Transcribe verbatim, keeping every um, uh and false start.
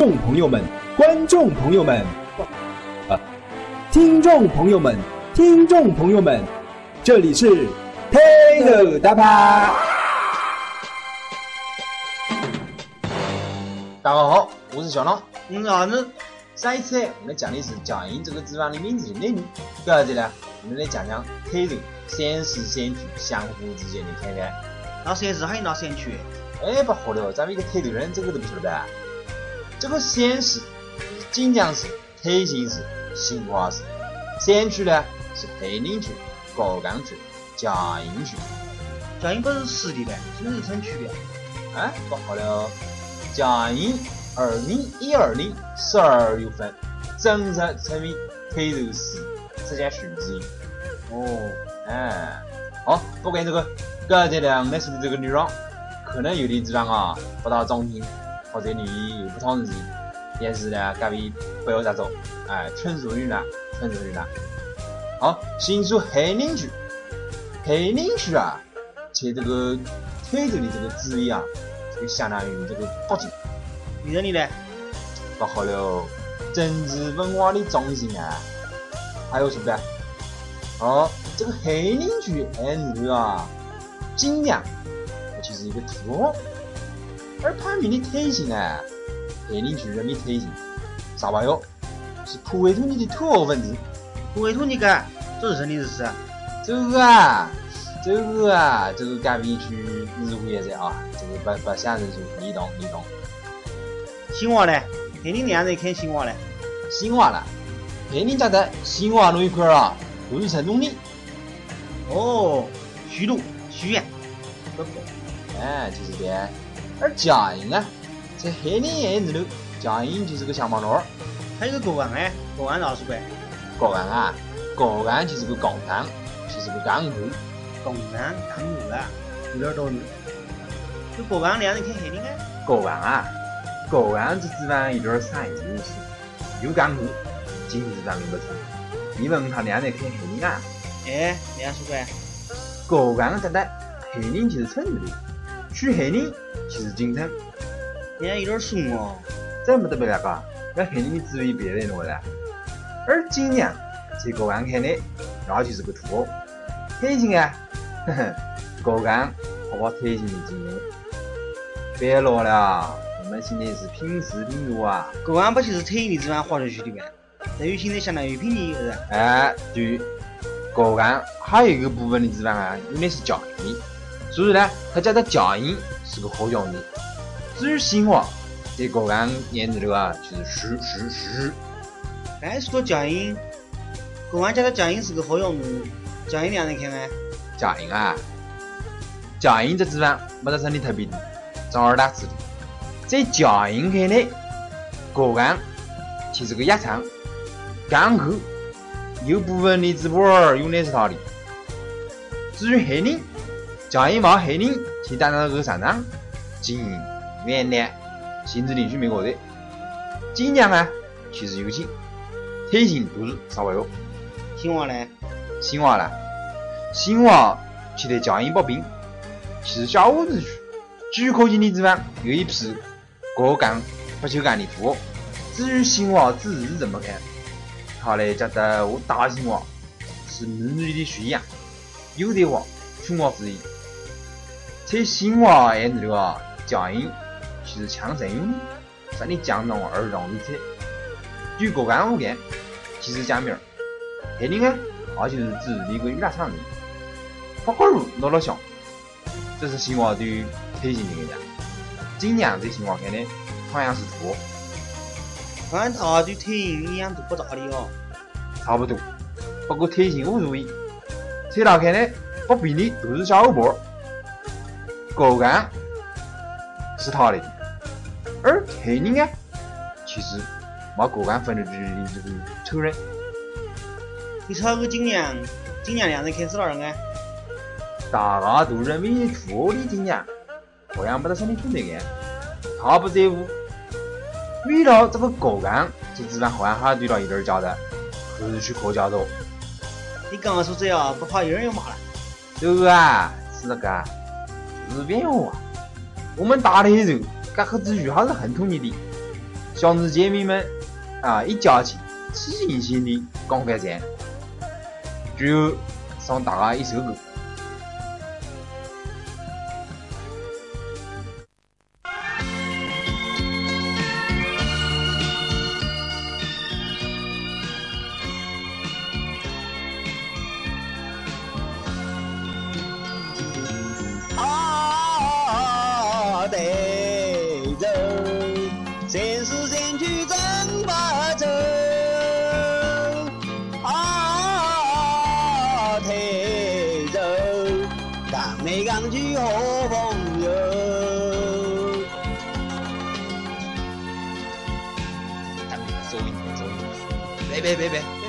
众朋友们、观众朋友们，啊，听众朋友们、听众朋友们，这里是推头大趴。 大家好，我是小狼。 我是儿子。 上一次我们讲的是假音这个字旁的名字的内容，这次呢，我们来讲讲推头显示显句相互之间的关联。 那显示还有那显句？ 哎，不好了，咱们一个推头人这个都不晓得吧？这个显示是紧张式、特性式、形化式，显句呢是黑领句、高杠句、假音句。 假音不是实的呗，是不是成区别？ 哎，不好了，假音二零一二年十二月份正式成为推头式这件数之一。 哦， 哎，好，不管这个，这这两类似的这个内容，可能有的地方啊不大中听，或者你有不同意见，但是呢，各位不要咋做，哎，纯属娱乐，纯属娱乐。好，先说黑领句，黑领句啊，且这个推头的这个字义啊，就相当于这个北京。 你这里呢？ 不好了，政治文化的中心啊，还有什么呢？哦，这个黑领句按字头啊，精良，其实一个土豪，而排名的特性呢，黑领句人的特性，啥玩意儿？是普维图尼的土豪分子。 普维图尼干，这是什么意思啊？ 这个啊，这个啊，这个各位去日会一下啊，这个不不想认输，你懂你懂。 新华呢？黑领两人看新华呢？ 新华了，黑领家在新华那一块啊，都是成都的。 哦，虚鲁、虚远， 不不，哎，就是这样。而假音呢，在黑领案子头，假音就是个小毛驴。 还有个国安哎，国安哪是关？ 国安啊，国安就是个杠杆，就是个杠头。 杠杆杠头啊，有点道理。这国安两人看黑领哎？ 国安啊。国安这地方有点啥意思？有杠头，金字上面不出。你问他两人看黑领啊？ 哎，两是关。 国安在在黑领就是成都的，取黑领就是京城。 两有点怂哦。 这没得别那个，那黑领的字义别人了噻。而精良在国安看的，那就是个土豪。特性啊，呵呵，国安好把特性的精英。别落了。我们现在是品时品路啊， 国安不就是特意的地方划出去的呗？等于现在相当于品的人。 哎，对，国安还有一个部分的地方啊，用的是假音，所以呢，它加的假音是个好用的。至于新华，在国安言字头啊，就是实实实。 哎，说到假音，国安加的假音是个好用的，假音两人看哎。 假音啊，假音这地方没得什么特别的，正儿八经的。在假音看来，国安其实个压场，杠口有部分的字母儿用的是它的。至于黑领，假音冒黑领去打那个上场，金、元旦，性质领区没过的。精良啊，其实有劲，特性都是啥玩意儿？ 新华呢？ 新华啦，新华其实假音不平，其实小屋子区，最可近的地方有一批。过杠不锈钢的土。至于新华自己怎么看，他嘞觉得我大新华是美女的水样，有的话春华之意。在新华案子头啊，假音其实强神用的，让你讲懂而容易猜。对过杠无干，其实讲明儿，黑领啊，而就是指的一个娱乐场地，花花路闹闹响，这是新华对于特性的影响。精良在新华看来同样是土， 按他对特性影响都不大的哦。 差不多，不过特性无注意，在他看来不平的都是小伙伴，国安是他的，而黑领啊，其实把国安分的这个仇人。 你炒个精良，精良两人看是哪人啊？ 大家都认为土豪的精良。好像没得什么存在感，他不在乎。遇到这个国安，这地方好像还对他有点交代，还是去考驾照。 你刚刚说这样，不怕有人要骂了？ 这个啊，是那个，是变化。我们打的时候，这和子语还是很统一的。 小日姐妹们啊，一家亲，齐心协力讲反战。最后送大家一首歌。 啊，对着先是先去争霸争，啊，对着刚没刚去好朋友。 走音走音，别别别别。